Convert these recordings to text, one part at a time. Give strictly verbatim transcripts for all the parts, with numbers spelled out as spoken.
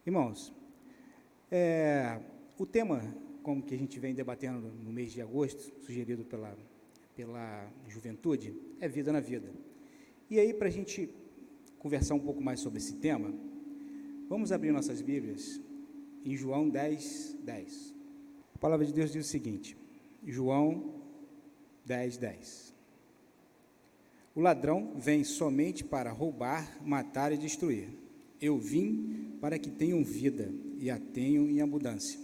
Irmãos, é, o tema, como que a gente vem debatendo no mês de agosto, sugerido pela, pela juventude, é vida na vida. E aí, para a gente conversar um pouco mais sobre esse tema, vamos abrir nossas Bíblias em João dez, dez. A palavra de Deus diz o seguinte, João dez, dez. O ladrão vem somente para roubar, matar e destruir. Eu vim para que tenham vida e a tenham em abundância.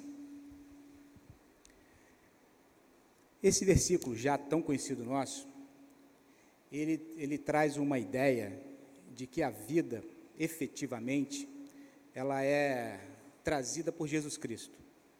Esse versículo, já tão conhecido nosso, ele, ele traz uma ideia de que a vida, efetivamente, ela é trazida por Jesus Cristo.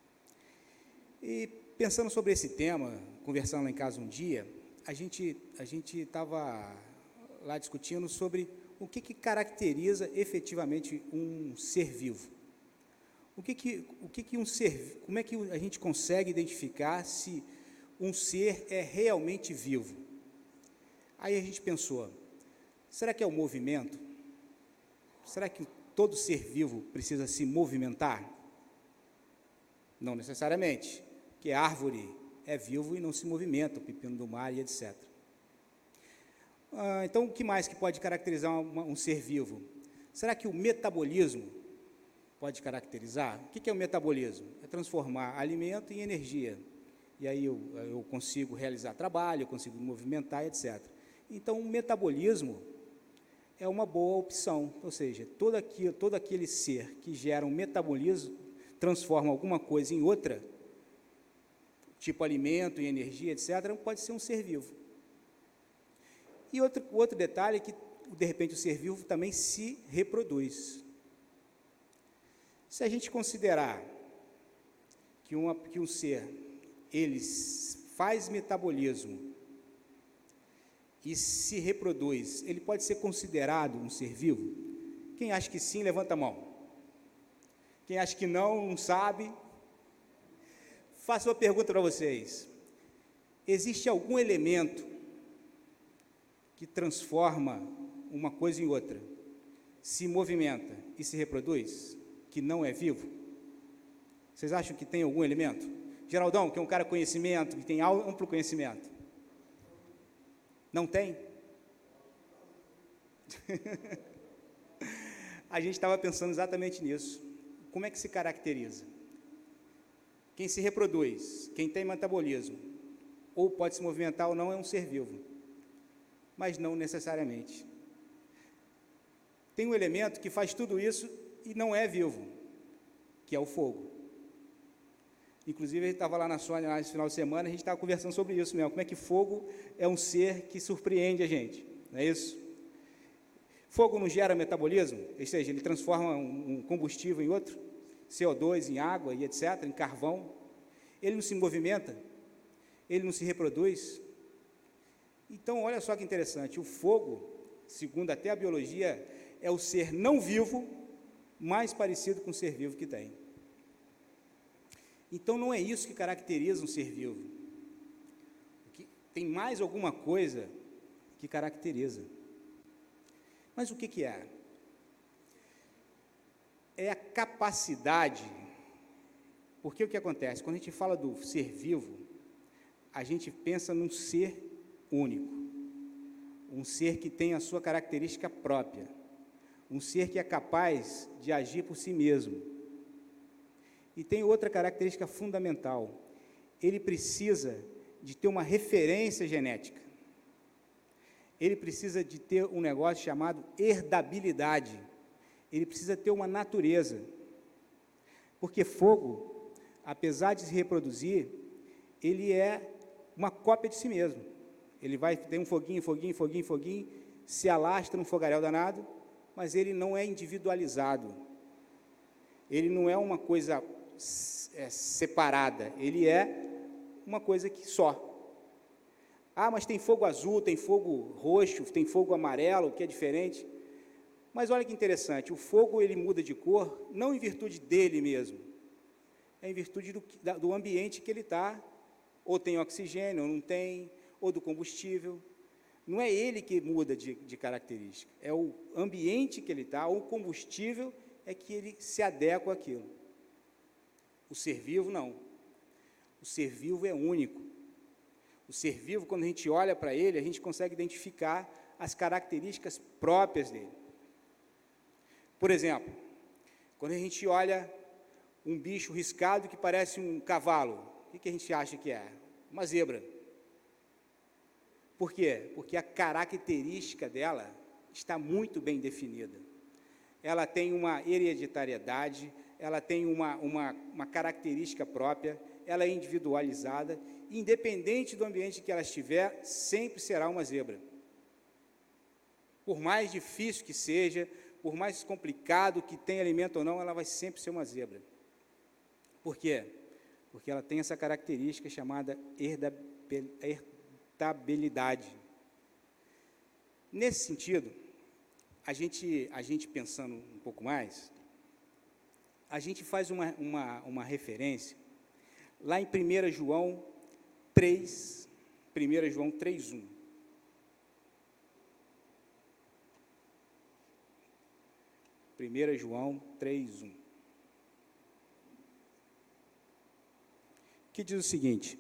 E pensando sobre esse tema, conversando lá em casa um dia, a gente a gente estava lá discutindo sobre o que, que caracteriza efetivamente um ser vivo. O que que, o que que um ser, como é que a gente consegue identificar se um ser é realmente vivo? Aí a gente pensou, será que é o movimento? Será que todo ser vivo precisa se movimentar? Não necessariamente, porque a árvore é vivo e não se movimenta, o pepino do mar e etcétera. Ah, então, o que mais que pode caracterizar uma, um ser vivo? Será que o metabolismo pode caracterizar? O que, que é o metabolismo? É transformar alimento em energia. E aí eu, eu consigo realizar trabalho, eu consigo me movimentar, etcétera. Então, o metabolismo é uma boa opção, ou seja, todo aquilo, todo aquele ser que gera um metabolismo, transforma alguma coisa em outra, tipo alimento e energia, etcétera, pode ser um ser vivo. E outro, outro detalhe é que, de repente, o ser vivo também se reproduz. Se a gente considerar que, uma, que um ser, ele faz metabolismo e se reproduz, ele pode ser considerado um ser vivo? Quem acha que sim, levanta a mão. Quem acha que não, não sabe. Faço uma pergunta para vocês. Existe algum elemento que transforma uma coisa em outra, se movimenta e se reproduz, que não é vivo? Vocês acham que tem algum elemento? Geraldão, que é um cara com conhecimento, que tem amplo conhecimento. Não tem? A gente estava pensando exatamente nisso. Como é que se caracteriza? Quem se reproduz, quem tem metabolismo, ou pode se movimentar ou não, é um ser vivo. Mas não necessariamente. Tem um elemento que faz tudo isso e não é vivo, que é o fogo. Inclusive, a gente estava lá na Sônia, lá nesse final de semana, a gente estava conversando sobre isso mesmo, como é que fogo é um ser que surpreende a gente, não é isso? Fogo não gera metabolismo, ou seja, ele transforma um combustível em outro, C O dois em água e etcétera, em carvão. Ele não se movimenta, ele não se reproduz. Então, olha só que interessante, o fogo, segundo até a biologia, é o ser não vivo mais parecido com o ser vivo que tem. Então, não é isso que caracteriza um ser vivo. Tem mais alguma coisa que caracteriza. Mas o que que é? É a capacidade, porque o que acontece? Quando a gente fala do ser vivo, a gente pensa num ser único, um ser que tem a sua característica própria, um ser que é capaz de agir por si mesmo. E tem outra característica fundamental, ele precisa de ter uma referência genética, ele precisa de ter um negócio chamado herdabilidade, ele precisa ter uma natureza, porque fogo, apesar de se reproduzir, ele é uma cópia de si mesmo. Ele vai ter um foguinho, foguinho, foguinho, foguinho, se alastra num fogaréu danado, mas ele não é individualizado. Ele não é uma coisa é, separada, ele é uma coisa que só. Ah, mas tem fogo azul, tem fogo roxo, tem fogo amarelo, que é diferente. Mas olha que interessante, o fogo ele muda de cor, não em virtude dele mesmo, é em virtude do, do ambiente que ele está, ou tem oxigênio, ou não tem, ou do combustível. Não é ele que muda de, de característica, é o ambiente que ele está, ou o combustível é que ele se adequa àquilo. O ser vivo, não. O ser vivo é único. O ser vivo, quando a gente olha para ele, a gente consegue identificar as características próprias dele. Por exemplo, quando a gente olha um bicho riscado que parece um cavalo, o que a gente acha que é? Uma zebra. Por quê? Porque a característica dela está muito bem definida. Ela tem uma hereditariedade, ela tem uma, uma, uma característica própria, ela é individualizada, e independente do ambiente que ela estiver, sempre será uma zebra. Por mais difícil que seja, por mais complicado que tenha alimento ou não, ela vai sempre ser uma zebra. Por quê? Porque ela tem essa característica chamada herdabilidade. Nesse sentido, a gente, a gente pensando um pouco mais, a gente faz uma, uma, uma referência lá em primeira João três, primeira João três, um. primeira João três, um. Que diz o seguinte: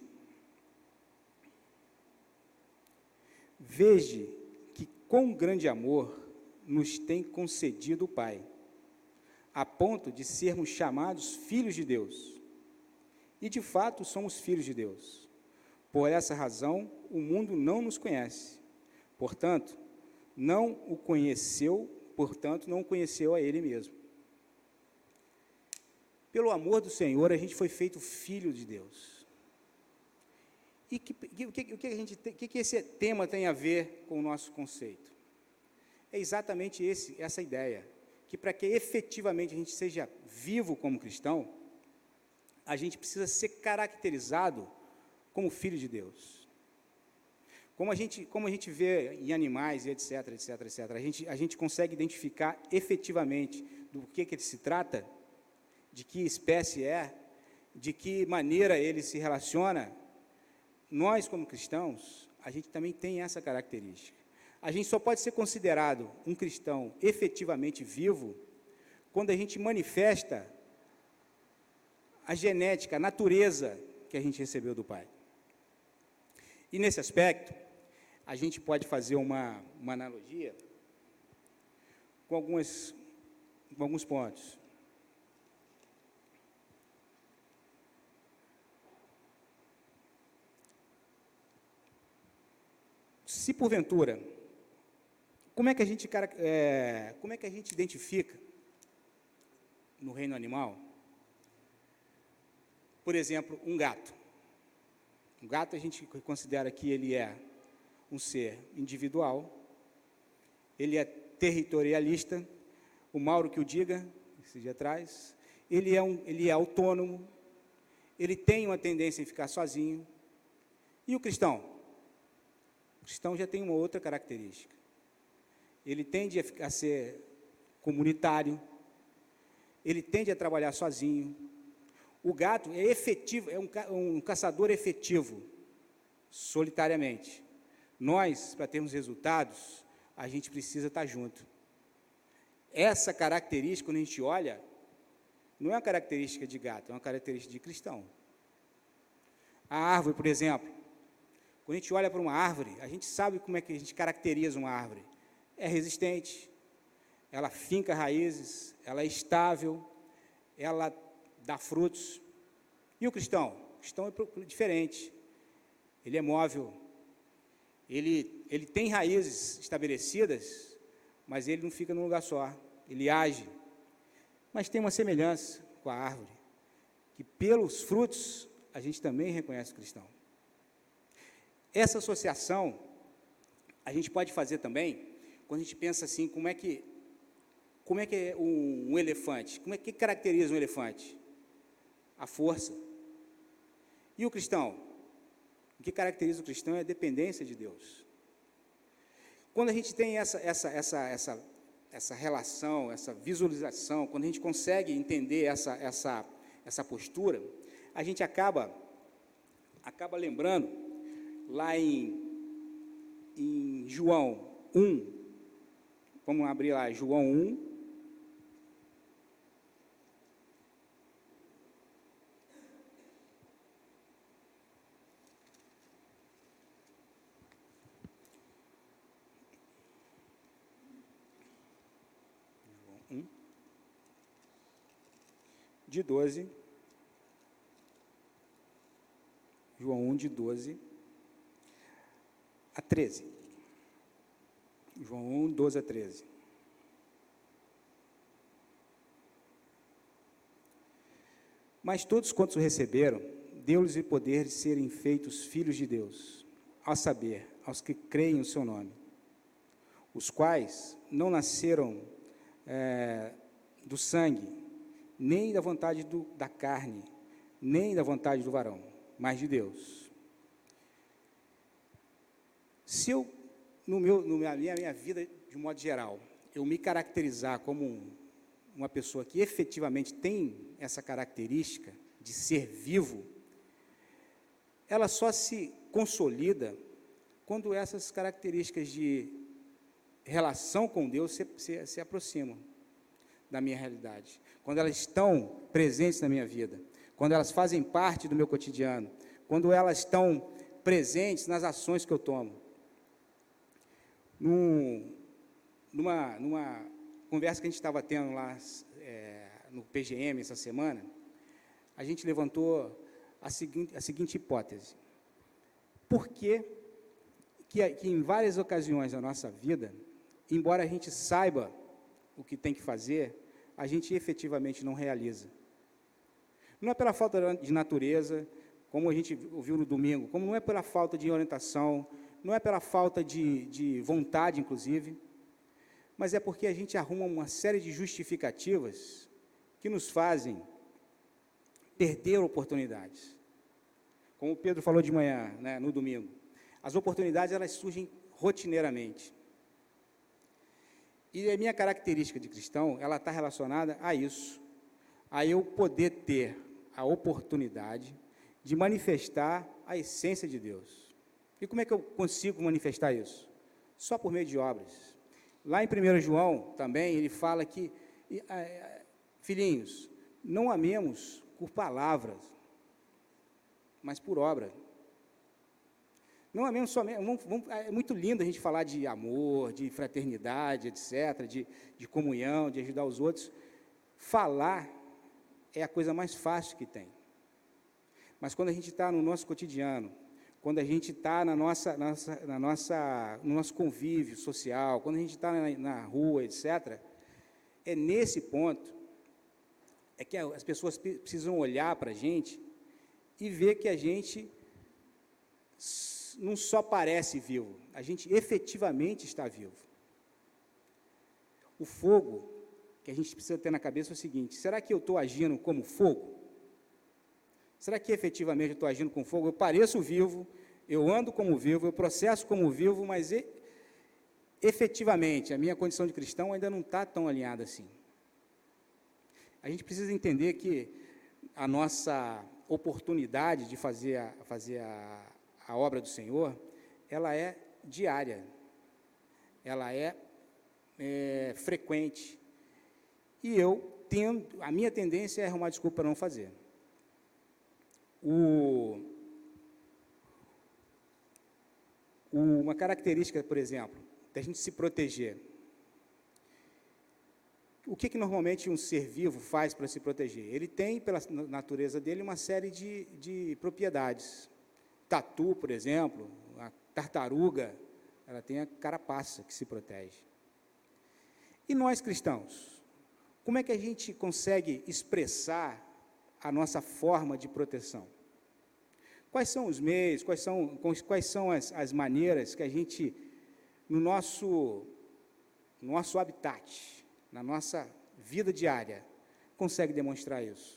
veja que com grande amor nos tem concedido o Pai, a ponto de sermos chamados filhos de Deus. E, de fato, somos filhos de Deus. Por essa razão, o mundo não nos conhece. Portanto, não o conheceu, portanto, não o conheceu a Ele mesmo. Pelo amor do Senhor, a gente foi feito filho de Deus. E que, que, o, que, o, que a gente tem, o que esse tema tem a ver com o nosso conceito? É exatamente esse, essa ideia, que para que efetivamente a gente seja vivo como cristão, a gente precisa ser caracterizado como filho de Deus. Como a gente, como a gente vê em animais, e etc, etc, etc, a gente, a gente consegue identificar efetivamente do que, que ele se trata, de que espécie é, de que maneira ele se relaciona. Nós, como cristãos, a gente também tem essa característica. A gente só pode ser considerado um cristão efetivamente vivo quando a gente manifesta a genética, a natureza que a gente recebeu do Pai. E, nesse aspecto, a gente pode fazer uma, uma analogia com, algumas, com alguns pontos. Se, porventura, como é que a gente, é, como é que a gente identifica no reino animal, por exemplo, um gato? Um gato a gente considera que ele é um ser individual, ele é territorialista, o Mauro que o diga, esse dia atrás, ele é, um, ele é autônomo, ele tem uma tendência em ficar sozinho. E o cristão? O cristão já tem uma outra característica. Ele tende a, ficar, a ser comunitário, ele tende a trabalhar sozinho. O gato é efetivo, é um, um caçador efetivo, solitariamente. Nós, para termos resultados, a gente precisa estar junto. Essa característica, quando a gente olha, não é uma característica de gato, é uma característica de cristão. A árvore, por exemplo, quando a gente olha para uma árvore, a gente sabe como é que a gente caracteriza uma árvore. É resistente, ela finca raízes, ela é estável, ela dá frutos. E o cristão? O cristão é diferente. Ele é móvel, ele, ele tem raízes estabelecidas, mas ele não fica num lugar só, ele age. Mas tem uma semelhança com a árvore, que pelos frutos a gente também reconhece o cristão. Essa associação a gente pode fazer também quando a gente pensa assim, como é que, como é, que é um, um elefante? Como é que caracteriza um elefante? A força. E o cristão? O que caracteriza o cristão é a dependência de Deus. Quando a gente tem essa, essa, essa, essa, essa relação, essa visualização, quando a gente consegue entender essa, essa, essa postura, a gente acaba, acaba lembrando, lá em, em João um, vamos abrir lá, João um, de doze, João um, de doze a treze. João um, doze a treze. Mas todos quantos o receberam, deu-lhes o poder de serem feitos filhos de Deus, a saber, aos que creem no seu nome, os quais não nasceram é, do sangue, nem da vontade do, da carne, nem da vontade do varão, mas de Deus. Se eu, no meu, no minha, minha vida, de um modo geral, eu me caracterizar como um, uma pessoa que efetivamente tem essa característica de ser vivo, ela só se consolida quando essas características de relação com Deus se, se, se aproximam da minha realidade, quando elas estão presentes na minha vida, quando elas fazem parte do meu cotidiano, quando elas estão presentes nas ações que eu tomo. Num, numa, numa conversa que a gente estava tendo lá é, no P G M essa semana, a gente levantou a seguinte, a seguinte hipótese: por que, que, que em várias ocasiões da nossa vida, embora a gente saiba o que tem que fazer, a gente efetivamente não realiza? Não é pela falta de natureza, como a gente ouviu no domingo, como não é pela falta de orientação, não é pela falta de, de vontade, inclusive, mas é porque a gente arruma uma série de justificativas que nos fazem perder oportunidades. Como o Pedro falou de manhã, né, no domingo, as oportunidades elas surgem rotineiramente. E a minha característica de cristão, ela está relacionada a isso, a eu poder ter a oportunidade de manifestar a essência de Deus. E como é que eu consigo manifestar isso? Só por meio de obras. Lá em primeiro João, também, ele fala que, filhinhos, não amemos por palavras, mas por obra. Não amemos somente, vamos, vamos, é muito lindo a gente falar de amor, de fraternidade, etcétera, de, de comunhão, de ajudar os outros. Falar é a coisa mais fácil que tem. Mas quando a gente está no nosso cotidiano, quando a gente está na nossa, na nossa, na nossa, no nosso convívio social, quando a gente está na, na rua, etcétera, é nesse ponto é que as pessoas precisam olhar para a gente e ver que a gente não só parece vivo, a gente efetivamente está vivo. O fogo que a gente precisa ter na cabeça é o seguinte: será que eu estou agindo como fogo? Será que efetivamente eu estou agindo com fogo? Eu pareço vivo, eu ando como vivo, eu processo como vivo, mas e, efetivamente a minha condição de cristão ainda não está tão alinhada assim. A gente precisa entender que a nossa oportunidade de fazer a, fazer a, a obra do Senhor, ela é diária, ela é, é frequente, e eu tenho, a minha tendência é arrumar desculpa para não fazer. O, uma característica, por exemplo, da gente se proteger. O que, que normalmente um ser vivo faz para se proteger? Ele tem, pela natureza dele, uma série de, de propriedades. Tatu, por exemplo, a tartaruga, ela tem a carapaça que se protege. E nós, cristãos, como é que a gente consegue expressar a nossa forma de proteção? Quais são os meios, quais são, quais são as, as maneiras que a gente, no nosso, no nosso habitat, na nossa vida diária, consegue demonstrar isso?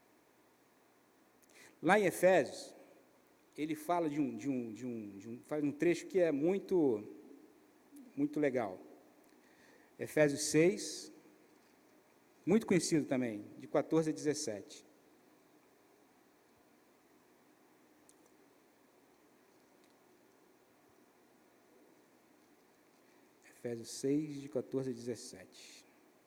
Lá em Efésios, ele fala de um, de um, de um, de um, faz um trecho que é muito, muito legal. Efésios seis, muito conhecido também, de quatorze a dezessete. Efésios seis, de quatorze a dezessete.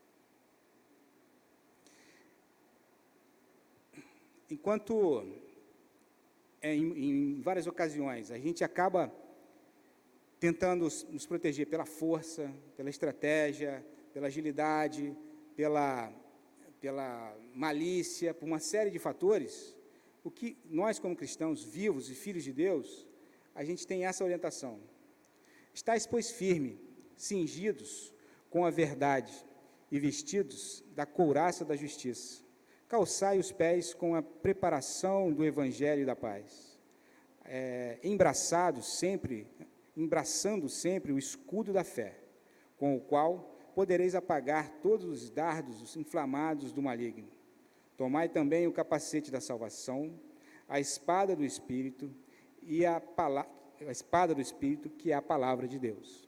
Enquanto, é, em, em várias ocasiões, a gente acaba tentando nos proteger pela força, pela estratégia, pela agilidade, pela, pela malícia, por uma série de fatores, o que nós, como cristãos vivos e filhos de Deus, a gente tem essa orientação. Estais, pois, firme, cingidos com a verdade e vestidos da couraça da justiça. Calçai os pés com a preparação do evangelho da paz. É, embraçados sempre, embraçando sempre o escudo da fé, com o qual podereis apagar todos os dardos inflamados do maligno. Tomai também o capacete da salvação, a espada do Espírito, e a, pala- a espada do Espírito, que é a palavra de Deus.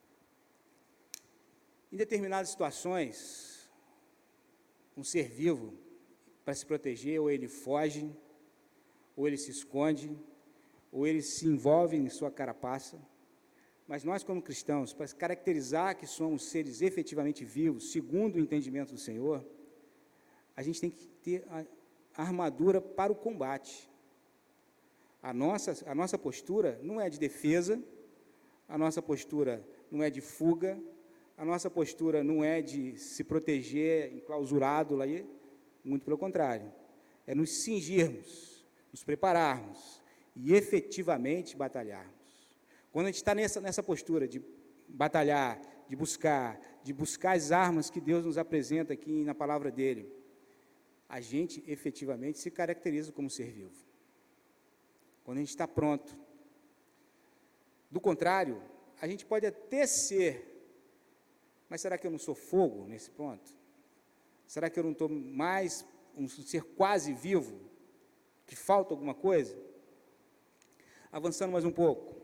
Em determinadas situações, um ser vivo, para se proteger, ou ele foge, ou ele se esconde, ou ele se envolve em sua carapaça. Mas nós, como cristãos, para caracterizar que somos seres efetivamente vivos, segundo o entendimento do Senhor, a gente tem que ter a, a armadura para o combate. A nossa, a nossa postura não é de defesa, a nossa postura não é de fuga, a nossa postura não é de se proteger enclausurado lá, muito pelo contrário, é nos cingirmos, nos prepararmos e efetivamente batalharmos. Quando a gente está nessa, nessa postura de batalhar, de buscar, de buscar as armas que Deus nos apresenta aqui na palavra dEle, a gente efetivamente se caracteriza como ser vivo. Quando a gente está pronto. Do contrário, a gente pode até ser, mas será que eu não sou fogo nesse ponto? Será que eu não estou mais um ser quase vivo? Que falta alguma coisa? Avançando mais um pouco.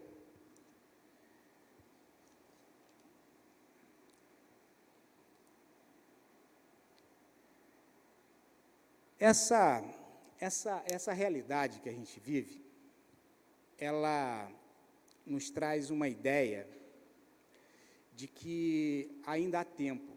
Essa, essa, essa realidade que a gente vive, ela nos traz uma ideia de que ainda há tempo.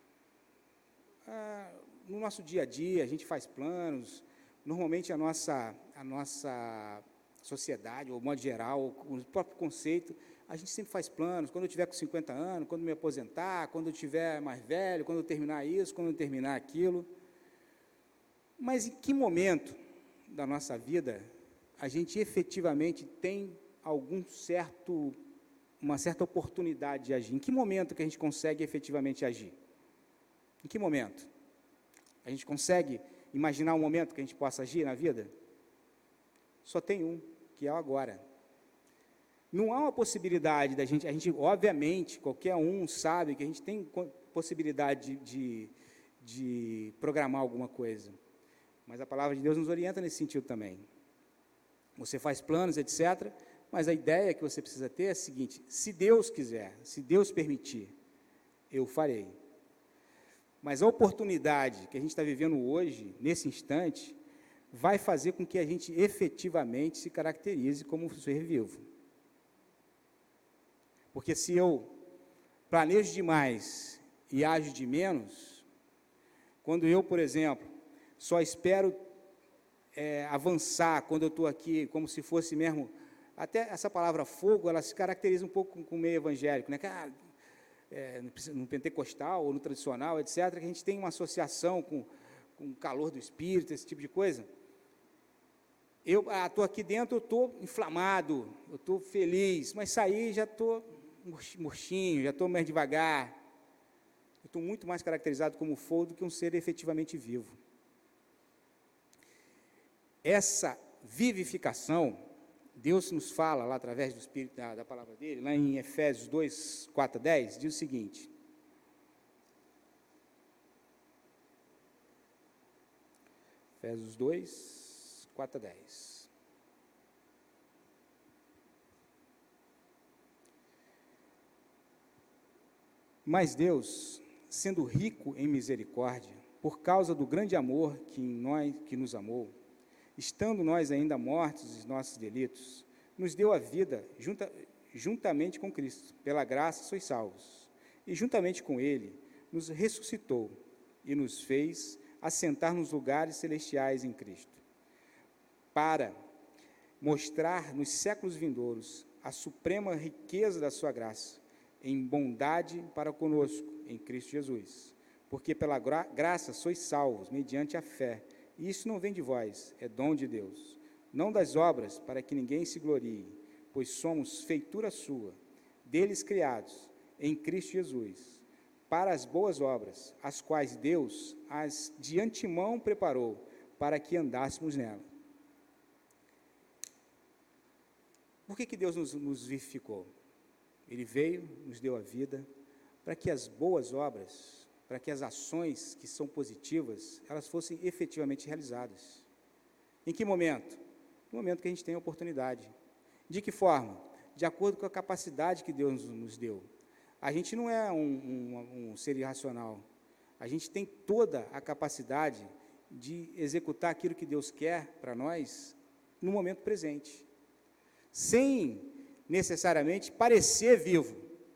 Ah, no nosso dia a dia, a gente faz planos, normalmente a nossa, a nossa sociedade, ou de modo geral, o próprio conceito, a gente sempre faz planos, quando eu tiver com cinquenta anos, quando eu me aposentar, quando eu tiver mais velho, quando eu terminar isso, quando eu terminar aquilo. Mas em que momento da nossa vida a gente efetivamente tem algum certo, uma certa oportunidade de agir? Em que momento que a gente consegue efetivamente agir? Em que momento? A gente consegue imaginar um momento que a gente possa agir na vida? Só tem um, que é o agora. Não há uma possibilidade da gente, a gente, obviamente, qualquer um sabe que a gente tem possibilidade de, de, de programar alguma coisa, mas a palavra de Deus nos orienta nesse sentido também. Você faz planos, etcétera, mas a ideia que você precisa ter é a seguinte: se Deus quiser, se Deus permitir, eu farei. Mas a oportunidade que a gente está vivendo hoje, nesse instante, vai fazer com que a gente efetivamente se caracterize como um ser vivo. Porque se eu planejo demais e ajo de menos, quando eu, por exemplo, só espero é, avançar quando eu estou aqui, como se fosse mesmo, até essa palavra fogo, ela se caracteriza um pouco com, com o meio evangélico, né? Que, ah, é, no pentecostal ou no tradicional, etcétera, que a gente tem uma associação com, com o calor do Espírito, esse tipo de coisa. Eu estou ah, aqui dentro, eu estou inflamado, eu estou feliz, mas sair já estou murchinho, já estou mais devagar. Eu estou muito mais caracterizado como fogo do que um ser efetivamente vivo. Essa vivificação, Deus nos fala lá através do Espírito, da, da palavra dele, lá em Efésios dois, quatro a dez, diz o seguinte: Efésios dois, quatro a dez. Mas Deus, sendo rico em misericórdia, por causa do grande amor que, em nós, que nos amou, estando nós ainda mortos em nossos delitos, nos deu a vida junta, juntamente com Cristo. Pela graça sois salvos. E juntamente com Ele, nos ressuscitou e nos fez assentar nos lugares celestiais em Cristo, para mostrar nos séculos vindouros a suprema riqueza da sua graça, em bondade para conosco, em Cristo Jesus. porque pela gra graça sois salvos, mediante a fé. E isso não vem de vós, é dom de Deus. Não das obras, para que ninguém se glorie, pois somos feitura sua, deles criados, em Cristo Jesus, para as boas obras, as quais Deus as de antemão preparou, para que andássemos nela. Por que que Deus nos, nos vivificou? Ele veio, nos deu a vida, para que as boas obras, para que as ações que são positivas, elas fossem efetivamente realizadas. Em que momento? No momento que a gente tem a oportunidade. De que forma? De acordo com a capacidade que Deus nos deu. A gente não é um, um, um ser irracional. A gente tem toda a capacidade de executar aquilo que Deus quer para nós no momento presente, sem necessariamente parecer vivo,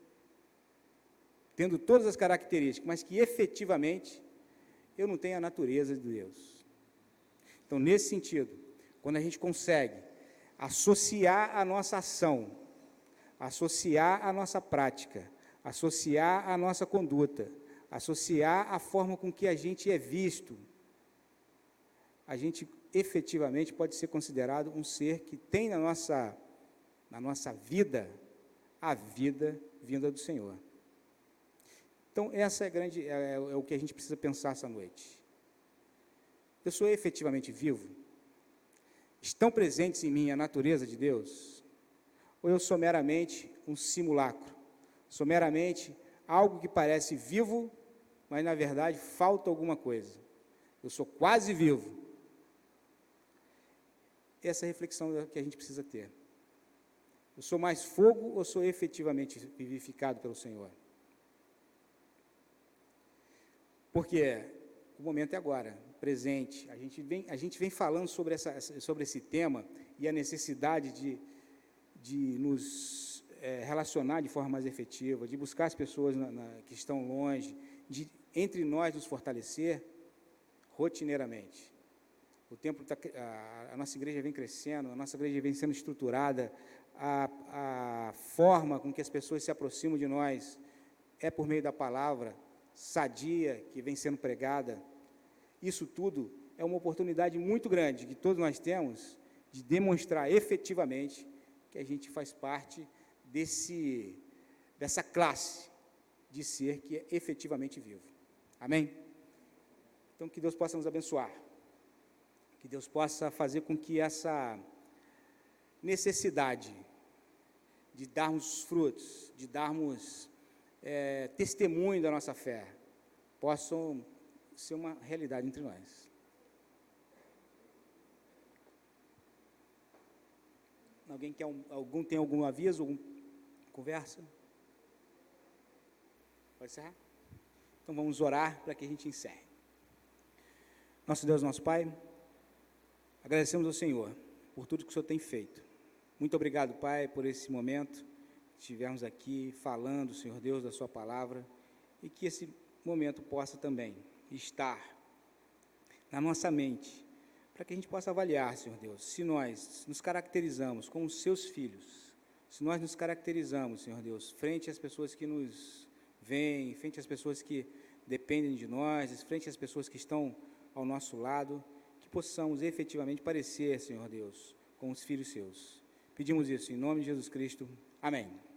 tendo todas as características, mas que efetivamente eu não tenho a natureza de Deus. Então, nesse sentido, quando a gente consegue associar a nossa ação, associar a nossa prática, associar a nossa conduta, associar a forma com que a gente é visto, a gente efetivamente pode ser considerado um ser que tem na nossa, na nossa vida, a vida vinda do Senhor. Então, essa é, grande, é, é o que a gente precisa pensar essa noite. Eu sou efetivamente vivo? Estão presentes em mim a natureza de Deus? Ou eu sou meramente um simulacro? Sou meramente algo que parece vivo, mas, na verdade, falta alguma coisa. Eu sou quase vivo. Essa é a reflexão que a gente precisa ter. Eu sou mais fogo ou sou efetivamente vivificado pelo Senhor? Porque o momento é agora, presente. A gente vem, a gente vem falando sobre, essa, sobre esse tema e a necessidade de, de nos é, relacionar de forma mais efetiva, de buscar as pessoas na, na, que estão longe, de, entre nós, nos fortalecer rotineiramente. O tempo tá, a, a nossa igreja vem crescendo, a nossa igreja vem sendo estruturada, a, a forma com que as pessoas se aproximam de nós é por meio da palavra sadia que vem sendo pregada. Isso tudo é uma oportunidade muito grande que todos nós temos de demonstrar efetivamente que a gente faz parte desse, dessa classe de ser que é efetivamente vivo. Amém? Então, que Deus possa nos abençoar. Que Deus possa fazer com que essa necessidade de darmos frutos, de darmos é, testemunho da nossa fé, possam ser uma realidade entre nós. Alguém quer um, algum tem algum aviso, alguma conversa? Pode encerrar? Então vamos orar para que a gente encerre. Nosso Deus, nosso Pai, agradecemos ao Senhor por tudo que o Senhor tem feito. Muito obrigado, Pai, por esse momento que estivermos aqui falando, Senhor Deus, da sua palavra, e que esse momento possa também estar na nossa mente, para que a gente possa avaliar, Senhor Deus, se nós nos caracterizamos como seus filhos, se nós nos caracterizamos, Senhor Deus, frente às pessoas que nos veem, frente às pessoas que dependem de nós, frente às pessoas que estão ao nosso lado, que possamos efetivamente parecer, Senhor Deus, com os filhos seus. Pedimos isso em nome de Jesus Cristo. Amém.